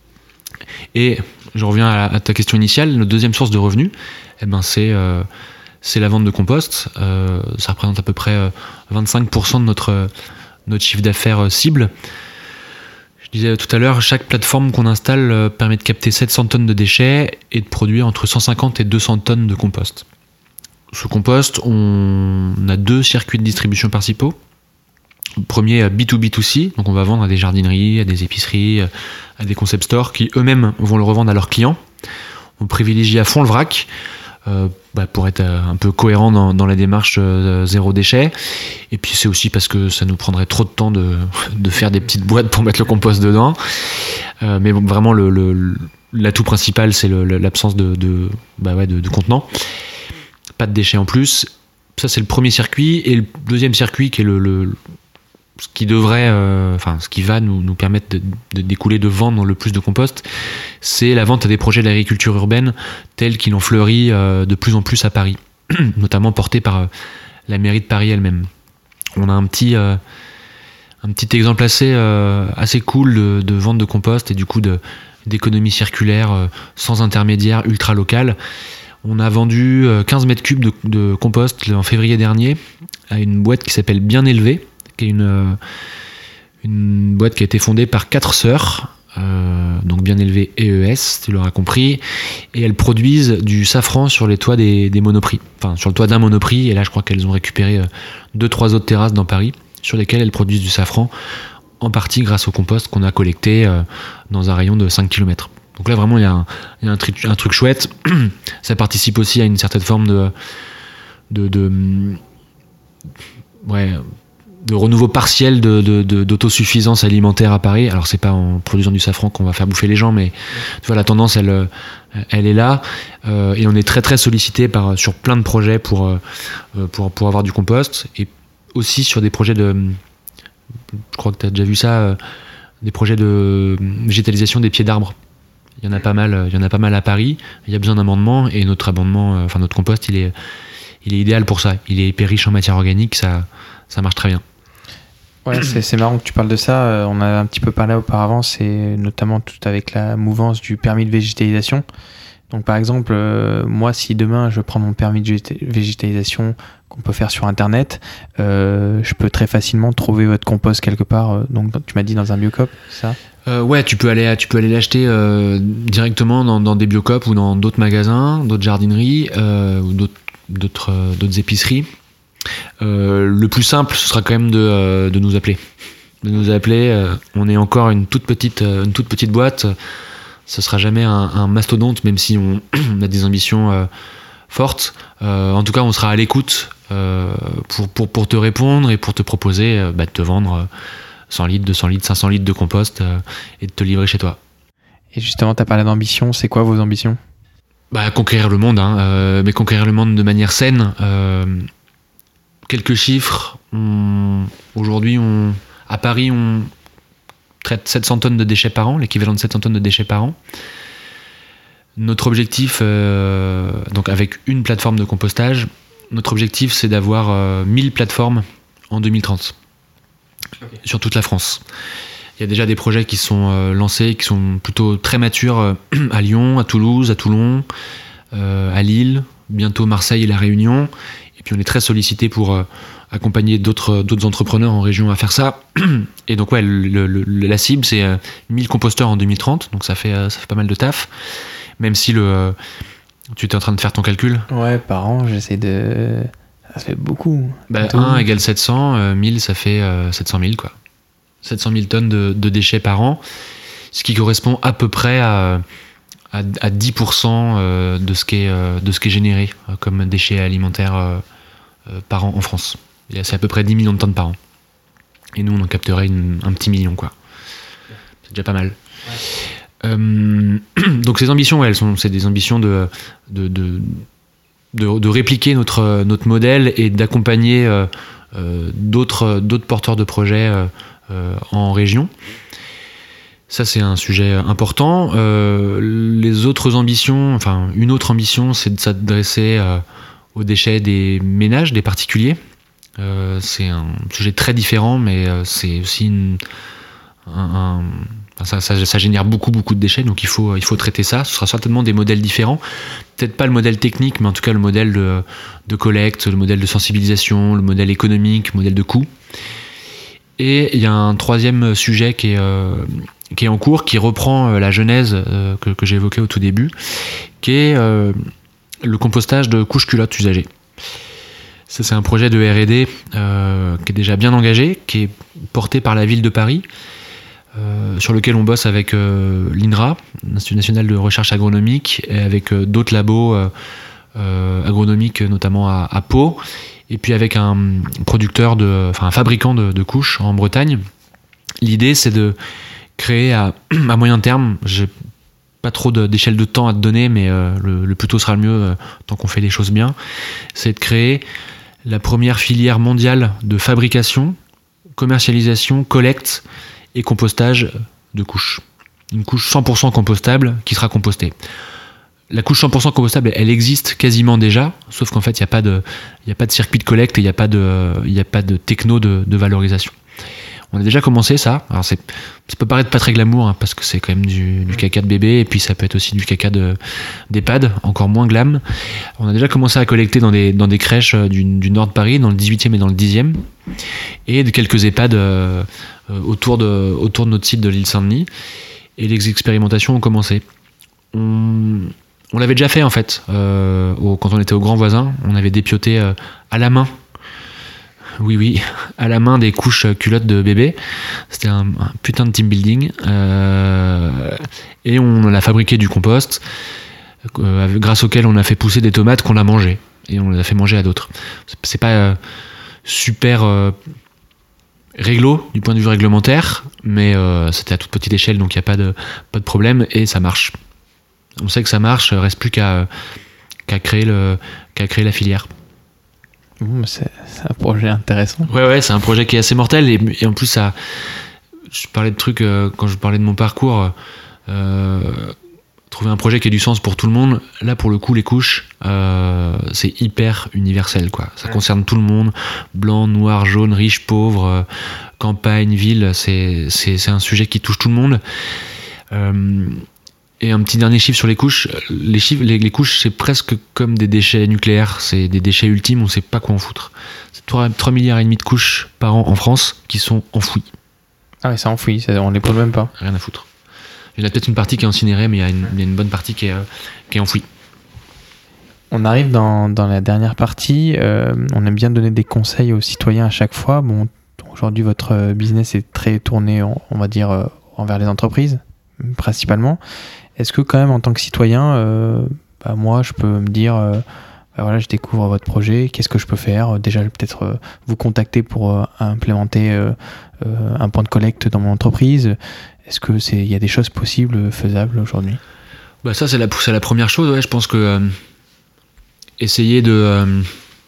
Et je reviens à, à ta question initiale, notre deuxième source de revenus, eh ben c'est, euh, c'est la vente de compost. Euh, ça représente à peu près vingt-cinq pour cent de notre, notre chiffre d'affaires cible. Je disais tout à l'heure, chaque plateforme qu'on installe permet de capter sept cents tonnes de déchets et de produire entre cent cinquante et deux cents tonnes de compost. Ce compost, on a deux circuits de distribution principaux. Le premier, B deux B deux C, donc on va vendre à des jardineries, à des épiceries, à des concept stores qui eux-mêmes vont le revendre à leurs clients. On privilégie à fond le vrac euh, bah pour être un peu cohérent dans, dans la démarche euh, zéro déchet. Et puis c'est aussi parce que ça nous prendrait trop de temps de, de faire des petites boîtes pour mettre le compost dedans. Euh, mais bon, vraiment, le, le, l'atout principal, c'est le, l'absence de, de, bah ouais, de, de contenant. Pas de déchets en plus. Ça, c'est le premier circuit. Et le deuxième circuit, qui est le, le ce qui devrait, euh, enfin, ce qui va nous, nous permettre de, de découler, de vendre le plus de compost, c'est la vente à des projets d'agriculture urbaine tels qu'il en fleurit euh, de plus en plus à Paris, notamment portés par euh, la mairie de Paris elle-même. On a un petit, euh, un petit exemple assez, euh, assez cool de, de vente de compost et du coup de, d'économie circulaire euh, sans intermédiaire, ultra locale. On a vendu quinze mètres cubes de, de compost en février dernier à une boîte qui s'appelle Bien Élevé, qui est une, une boîte qui a été fondée par quatre sœurs, euh, donc Bien Élevé E E S, tu l'auras compris, et elles produisent du safran sur les toits des, des monoprix, enfin sur le toit d'un monoprix, et là je crois qu'elles ont récupéré deux, trois autres terrasses dans Paris, sur lesquelles elles produisent du safran, en partie grâce au compost qu'on a collecté euh, dans un rayon de cinq kilomètres. Donc là, vraiment, il y a un, il y a un, truc, un truc chouette. Ça participe aussi à une certaine forme de, de, de, ouais, de renouveau partiel de, de, de, d'autosuffisance alimentaire à Paris. Alors, c'est pas en produisant du safran qu'on va faire bouffer les gens, mais tu vois, la tendance, elle, elle est là. Euh, et on est très, très sollicité par, sur plein de projets pour, euh, pour, pour avoir du compost. Et aussi sur des projets de... Je crois que tu as déjà vu ça, euh, des projets de végétalisation des pieds d'arbres. Il y en a pas mal, il y en a pas mal à Paris. Il y a besoin d'amendements et notre abondement, euh, enfin notre compost, il est, il est idéal pour ça. Il est hyper riche en matière organique, ça, ça marche très bien. Ouais, c'est, c'est marrant que tu parles de ça. Euh, on a un petit peu parlé auparavant, c'est notamment tout avec la mouvance du permis de végétalisation. Donc par exemple, euh, moi, si demain je prends mon permis de végétalisation qu'on peut faire sur Internet, euh, je peux très facilement trouver votre compost quelque part. Euh, donc tu m'as dit dans un Biocoop, c'est ça ? Euh, ouais, tu peux aller, tu peux aller l'acheter euh, directement dans, dans des Biocoop ou dans d'autres magasins, d'autres jardineries euh, ou d'autres, d'autres, euh, d'autres épiceries. Euh, le plus simple, ce sera quand même de, euh, de nous appeler. De nous appeler. Euh, on est encore une toute petite, euh, une toute petite boîte. Ce sera jamais un, un mastodonte, même si on, on a des ambitions euh, fortes. Euh, en tout cas, on sera à l'écoute euh, pour, pour, pour te répondre et pour te proposer euh, bah, de te vendre euh, cent litres, deux cents litres, cinq cents litres de compost euh, et de te livrer chez toi. Et justement, tu as parlé d'ambition. C'est quoi vos ambitions ? Bah, conquérir le monde, hein, euh, mais conquérir le monde de manière saine. Euh, quelques chiffres. On, aujourd'hui, on, à Paris, on traite sept cents tonnes de déchets par an, l'équivalent de sept cents tonnes de déchets par an. Notre objectif, euh, donc avec une plateforme de compostage, notre objectif c'est d'avoir euh, mille plateformes en deux mille trente, okay, sur toute la France. Il y a déjà des projets qui sont euh, lancés, qui sont plutôt très matures euh, à Lyon, à Toulouse, à Toulon, euh, à Lille, bientôt Marseille et La Réunion. Et puis on est très sollicité pour euh, accompagner d'autres, d'autres entrepreneurs en région à faire ça. Et donc ouais, le, le, la cible c'est euh, mille composteurs en deux mille trente, donc ça fait, euh, ça fait pas mal de taf. Même si le, euh, tu es en train de faire ton calcul. Ouais, par an, j'essaie de... Ça fait beaucoup. Bah, un égale sept cents, euh, mille ça fait euh, sept cent mille quoi. sept cent mille tonnes de, de déchets par an, ce qui correspond à peu près à, à, à dix pour cent de ce qui est, de ce qui est généré comme déchets alimentaires euh, par an en France. C'est à peu près dix millions de tonnes par an. Et nous, on en capterait une, un petit million, quoi. C'est déjà pas mal. Ouais. Euh, donc ces ambitions, ouais, elles sont, c'est des ambitions de, de, de, de, de répliquer notre, notre modèle et d'accompagner euh, euh, d'autres, d'autres porteurs de projets euh, euh, en région. Ça, c'est un sujet important. Euh, les autres ambitions, enfin, une autre ambition, c'est de s'adresser euh, aux déchets des ménages, des particuliers. Euh, c'est un sujet très différent, mais euh, c'est aussi une, un, un, ça, ça, ça génère beaucoup, beaucoup de déchets, donc il faut, il faut traiter ça. Ce sera certainement des modèles différents. Peut-être pas le modèle technique, mais en tout cas le modèle de, de collecte, le modèle de sensibilisation, le modèle économique, le modèle de coût. Et il y a un troisième sujet qui est... Euh, qui est en cours, qui reprend la genèse euh, que, que j'ai évoquée au tout début, qui est euh, le compostage de couches culottes usagées. Ça, c'est un projet de R et D euh, qui est déjà bien engagé, qui est porté par la ville de Paris, euh, sur lequel on bosse avec euh, l'I N R A, l'Institut national de recherche agronomique, et avec euh, d'autres labos euh, euh, agronomiques, notamment à, à Pau, et puis avec un producteur, de, enfin un fabricant de, de couches en Bretagne. L'idée, c'est de créer à, à moyen terme, j'ai pas trop de, d'échelle de temps à te donner, mais euh, le, le plus tôt sera le mieux euh, tant qu'on fait les choses bien, c'est de créer la première filière mondiale de fabrication, commercialisation, collecte et compostage de couches. Une couche cent pour cent compostable qui sera compostée. La couche cent pour cent compostable, elle existe quasiment déjà, sauf qu'en fait, il n'y a pas de, il n'y a pas de circuit de collecte et il n'y a pas de, il n'y a pas de techno de, de valorisation. On a déjà commencé ça. Alors c'est, ça peut paraître pas très glamour hein, parce que c'est quand même du, du caca de bébé et puis ça peut être aussi du caca de, d'EHPAD, encore moins glam. On a déjà commencé à collecter dans des, dans des crèches du, du nord de Paris, dans le dix-huitième et dans le dixième, et de quelques EHPAD euh, autour, de, autour de notre site de l'île Saint-Denis. Et les expérimentations ont commencé. On, on l'avait déjà fait en fait. Euh, au, quand on était au Grand Voisin, on avait dépioté euh, à la main. Oui, oui, à la main des couches culottes de bébé. C'était un, un putain de team building. Euh, et on a fabriqué du compost, euh, grâce auquel on a fait pousser des tomates qu'on a mangées. Et on les a fait manger à d'autres. C'est, c'est pas euh, super euh, réglo du point de vue réglementaire, mais euh, c'était à toute petite échelle, donc il n'y a pas de, pas de problème. Et ça marche. On sait que ça marche, il ne reste plus qu'à, qu'à, créer le, qu'à créer la filière. C'est, c'est un projet intéressant. Ouais, ouais, c'est un projet qui est assez mortel. Et, et en plus, ça, je parlais de trucs, euh, quand je parlais de mon parcours, euh, trouver un projet qui ait du sens pour tout le monde. Là, pour le coup, les couches, euh, c'est hyper universel, quoi. Ça ouais. concerne tout le monde. Blanc, noir, jaune, riche, pauvre, euh, campagne, ville. C'est, c'est, c'est un sujet qui touche tout le monde. Euh, Et un petit dernier chiffre sur les couches. Les, chiffres, les, les couches, c'est presque comme des déchets nucléaires. C'est des déchets ultimes, on ne sait pas quoi en foutre. C'est trois milliards et demi de couches par an en France qui sont enfouies. Ah ouais, c'est enfoui, on ne les pose même pas. Rien à foutre. Il y en a peut-être une partie qui est incinérée, mais il y a une, il y a une bonne partie qui est, euh, qui est enfouie. On arrive dans, dans la dernière partie. Euh, on aime bien donner des conseils aux citoyens à chaque fois. Bon, aujourd'hui, votre business est très tourné, on, on va dire, euh, envers les entreprises, principalement. Est-ce que quand même en tant que citoyen, euh, bah moi je peux me dire, euh, bah voilà, je découvre votre projet, qu'est-ce que je peux faire ? Déjà peut-être euh, vous contacter pour euh, implémenter euh, euh, un point de collecte dans mon entreprise. Est-ce que c'est, il y a des choses possibles, faisables aujourd'hui ? Bah ça c'est la, c'est la première chose. Ouais, je pense que euh, essayer de euh,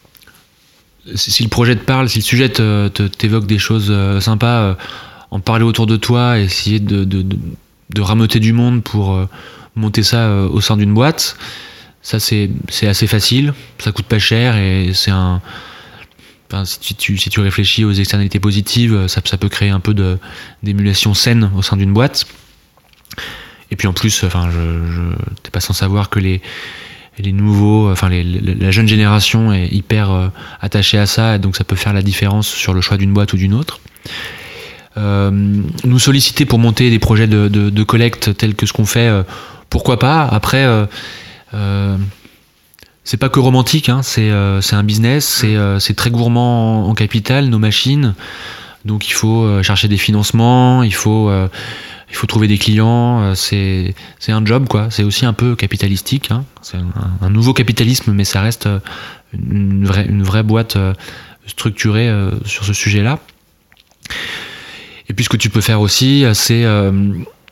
si le projet te parle, si le sujet te, te, t'évoque des choses euh, sympas, euh, en parler autour de toi, essayer de, de, de de rameuter du monde pour euh, monter ça euh, au sein d'une boîte. Ça, c'est, c'est assez facile, ça coûte pas cher et c'est un... Enfin, si, tu, si tu réfléchis aux externalités positives, ça, ça peut créer un peu de, d'émulation saine au sein d'une boîte. Et puis en plus, enfin, je, je, t'es pas sans savoir que les, les nouveaux, enfin les, la jeune génération est hyper euh, attachée à ça, et donc ça peut faire la différence sur le choix d'une boîte ou d'une autre. Euh, nous solliciter pour monter des projets de, de, de collecte tels que ce qu'on fait, euh, pourquoi pas. Après, euh, euh, c'est pas que romantique, hein, c'est, euh, c'est un business, c'est, euh, c'est très gourmand en, en capital, nos machines. Donc il faut euh, chercher des financements, il faut, euh, il faut trouver des clients. Euh, c'est, c'est un job, quoi. C'est aussi un peu capitalistique, hein. C'est un, un nouveau capitalisme, mais ça reste une vraie, une vraie boîte euh, structurée euh, sur ce sujet-là. Et puis ce que tu peux faire aussi, c'est euh,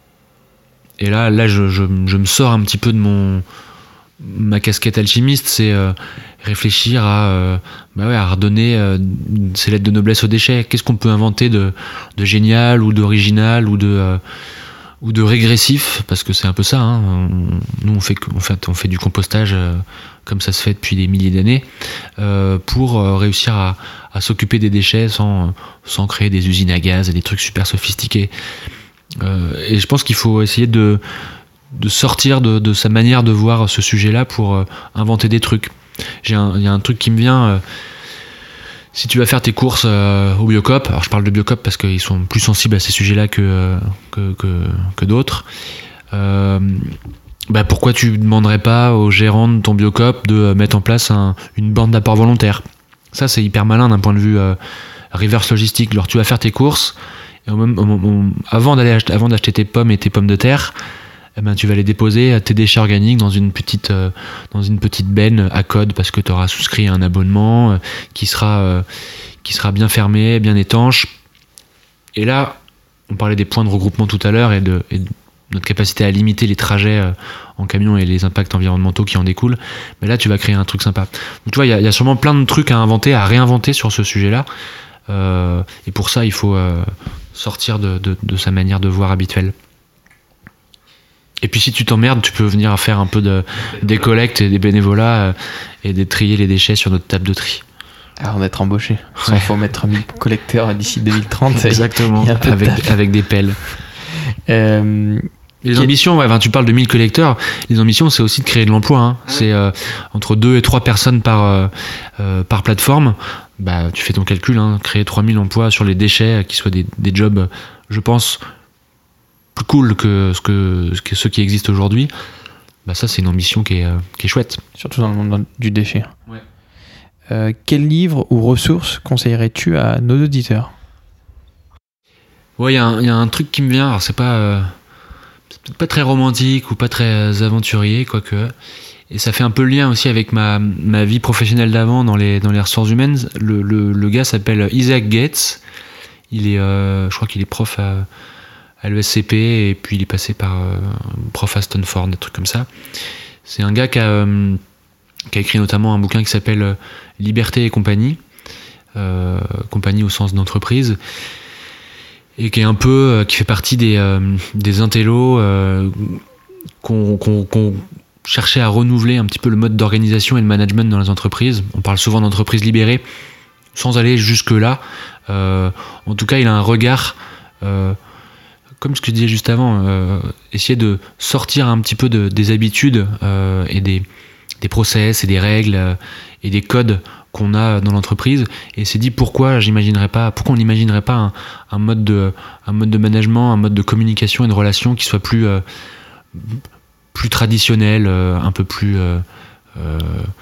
et là, là, je, je, je me sors un petit peu de mon ma casquette alchimiste, c'est euh, réfléchir à, euh, bah ouais, à redonner euh, ces lettres de noblesse aux déchets. Qu'est-ce qu'on peut inventer de, de génial ou d'original ou de euh, ou de régressif, parce que c'est un peu ça. Hein. On, nous, on fait, on fait, on fait du compostage euh, comme ça se fait depuis des milliers d'années, euh, pour euh, réussir à, à s'occuper des déchets sans, sans créer des usines à gaz et des trucs super sophistiqués. Euh, et je pense qu'il faut essayer de, de sortir de, de sa manière de voir ce sujet-là pour euh, inventer des trucs. J'ai un, il y a un truc qui me vient... Euh, si tu vas faire tes courses euh, au Biocoop, alors je parle de Biocoop parce qu'ils sont plus sensibles à ces sujets-là que, que, que, que d'autres, euh, bah pourquoi tu ne demanderais pas au gérant de ton Biocoop de mettre en place un, une borne d'apport volontaire? Ça, c'est hyper malin d'un point de vue euh, reverse logistique. Alors tu vas faire tes courses, et au même, au, au, avant, d'aller acheter, avant d'acheter tes pommes et tes pommes de terre, eh ben, tu vas les déposer, tes déchets organiques, dans une petite, euh, dans une petite benne à code, parce que tu auras souscrit à un abonnement euh, qui sera, euh, qui sera bien fermé, bien étanche. Et là, on parlait des points de regroupement tout à l'heure et de, et de notre capacité à limiter les trajets euh, en camion et les impacts environnementaux qui en découlent. Mais là, tu vas créer un truc sympa. Donc tu vois, il y, y a sûrement plein de trucs à inventer, à réinventer sur ce sujet-là. Euh, et pour ça, il faut euh, sortir de, de, de sa manière de voir habituelle. Et puis si tu t'emmerdes, tu peux venir faire un peu de, des collectes et des bénévolats euh, et de trier les déchets sur notre table de tri. Avant d'être embauché. Il ouais. faut mettre mille collecteurs d'ici deux mille trente. Exactement, avec, avec des pelles. Euh, les ambitions, ouais, enfin, tu parles de mille collecteurs. Les ambitions, c'est aussi de créer de l'emploi. Hein. Ouais. C'est euh, entre deux et trois personnes par, euh, euh, par plateforme. Bah, tu fais ton calcul, hein, créer trois mille emplois sur les déchets, qui soient des, des jobs, je pense, plus cool que, ce que, que ceux qui existent aujourd'hui. Bah ça, c'est une ambition qui est, euh, qui est chouette. Surtout dans le monde du déchet. Ouais. Euh, quel livre ou ressources conseillerais-tu à nos auditeurs ? Ouais, il y, y a un truc qui me vient. Alors, c'est pas, euh, c'est peut-être pas très romantique ou pas très aventurier, quoique. Et ça fait un peu le lien aussi avec ma, ma vie professionnelle d'avant dans les, dans les ressources humaines. Le, le, le gars s'appelle Isaac Gates. Il est, euh, je crois qu'il est prof à, à l'E S C P et puis il est passé par euh, prof à Stanford, des trucs comme ça. C'est un gars qui a, euh, qui a écrit notamment un bouquin qui s'appelle Liberté et compagnie, euh, compagnie au sens d'entreprise, et qui est un peu, euh, qui fait partie des, euh, des intellos euh, qu'on, qu'on, qu'on cherchait à renouveler un petit peu le mode d'organisation et de management dans les entreprises. On parle souvent d'entreprises libérées, sans aller jusque-là. Euh, en tout cas, il a un regard... Euh, comme ce que je disais juste avant, euh, essayer de sortir un petit peu de, des habitudes euh, et des, des process et des règles euh, et des codes qu'on a dans l'entreprise, et s'est dit pourquoi j'imaginerais pas, pourquoi on n'imaginerait pas un, un mode de, un mode de management, un mode de communication et de relation qui soit plus, euh, plus traditionnel, euh, un peu plus, euh, euh,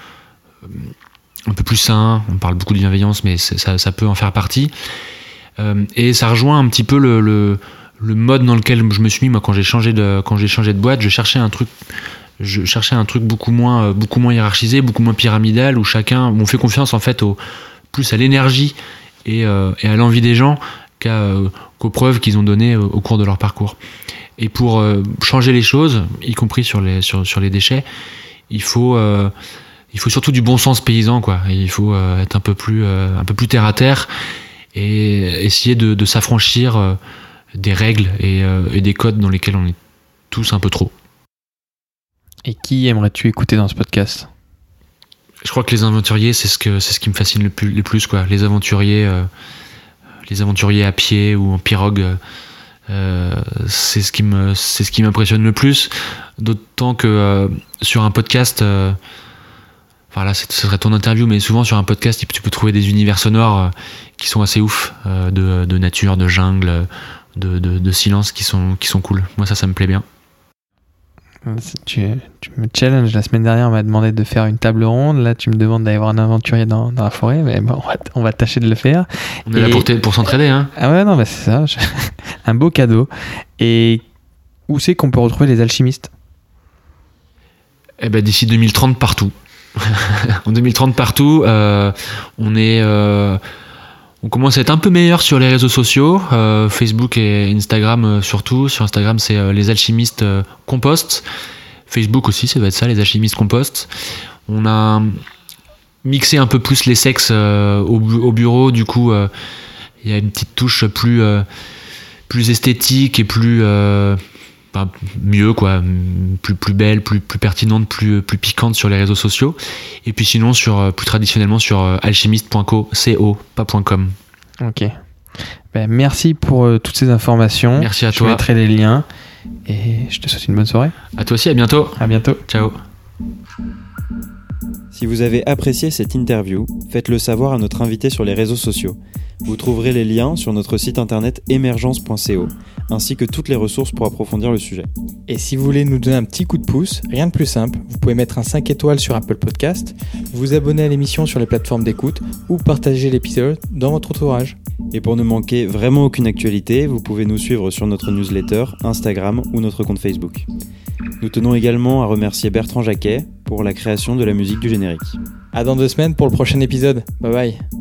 un peu plus sain. On parle beaucoup de bienveillance, mais ça, ça peut en faire partie. Euh, et ça rejoint un petit peu le, le le mode dans lequel je me suis mis, moi, quand j'ai changé de, quand j'ai changé de boîte. Je cherchais un truc, je cherchais un truc beaucoup moins, beaucoup moins hiérarchisé, beaucoup moins pyramidal, où chacun, où on fait confiance, en fait, au, plus à l'énergie et, euh, et à l'envie des gens qu'à, euh, qu'aux preuves qu'ils ont données au, au cours de leur parcours. Et pour euh, changer les choses, y compris sur les, sur, sur les déchets, il faut, euh, il faut surtout du bon sens paysan, quoi. Et il faut euh, être un peu plus, euh, un peu plus terre à terre et essayer de, de s'affranchir euh, des règles et, euh, et des codes dans lesquels on est tous un peu trop. Et qui aimerais-tu écouter dans ce podcast ? Je crois que les aventuriers, c'est ce que c'est ce qui me fascine le plus, le plus quoi. Les aventuriers, euh, les aventuriers à pied ou en pirogue, euh, c'est ce qui me c'est ce qui m'impressionne le plus. D'autant que euh, sur un podcast, euh, enfin là, ce serait ton interview, mais souvent sur un podcast, tu peux trouver des univers sonores euh, qui sont assez ouf, euh, de, de nature, de jungle. De, de, de silence qui sont, qui sont cool. Moi, ça, ça me plaît bien. Tu, tu me challenges. La semaine dernière, on m'a demandé de faire une table ronde. Là, tu me demandes d'aller voir un aventurier dans, dans la forêt. Mais bon, on va, on va tâcher de le faire. On est Et... là pour, pour s'entraider. Hein. Ah ouais, non, bah c'est ça. Un beau cadeau. Et où c'est qu'on peut retrouver les alchimistes ? Eh ben, d'ici deux mille trente, partout. En deux mille trente, partout. Euh, on est... Euh... On commence à être un peu meilleur sur les réseaux sociaux, euh, Facebook et Instagram euh, surtout. Sur Instagram, c'est euh, les alchimistes euh, compost. Facebook aussi, ça doit être ça, les alchimistes compost. On a mixé un peu plus les sexes euh, au, au bureau, du coup, il euh, y a une petite touche plus, euh, plus esthétique et plus euh, ben, mieux, quoi, plus, plus belle, plus, plus pertinente, plus, plus piquante sur les réseaux sociaux. Et puis sinon, sur, plus traditionnellement, sur euh, alchimiste point co, co, pas .com. Ok. Ben, merci pour euh, toutes ces informations. Merci à je toi. Je mettrai les liens. Et je te souhaite une bonne soirée. À toi aussi, à bientôt. À bientôt. Ciao. Si vous avez apprécié cette interview, faites-le savoir à notre invité sur les réseaux sociaux. Vous trouverez les liens sur notre site internet émergence point co, ainsi que toutes les ressources pour approfondir le sujet. Et si vous voulez nous donner un petit coup de pouce, rien de plus simple, vous pouvez mettre un cinq étoiles sur Apple Podcast, vous abonner à l'émission sur les plateformes d'écoute ou partager l'épisode dans votre entourage. Et pour ne manquer vraiment aucune actualité, vous pouvez nous suivre sur notre newsletter, Instagram ou notre compte Facebook. Nous tenons également à remercier Bertrand Jacquet pour la création de la musique du générique. À dans deux semaines pour le prochain épisode. Bye bye.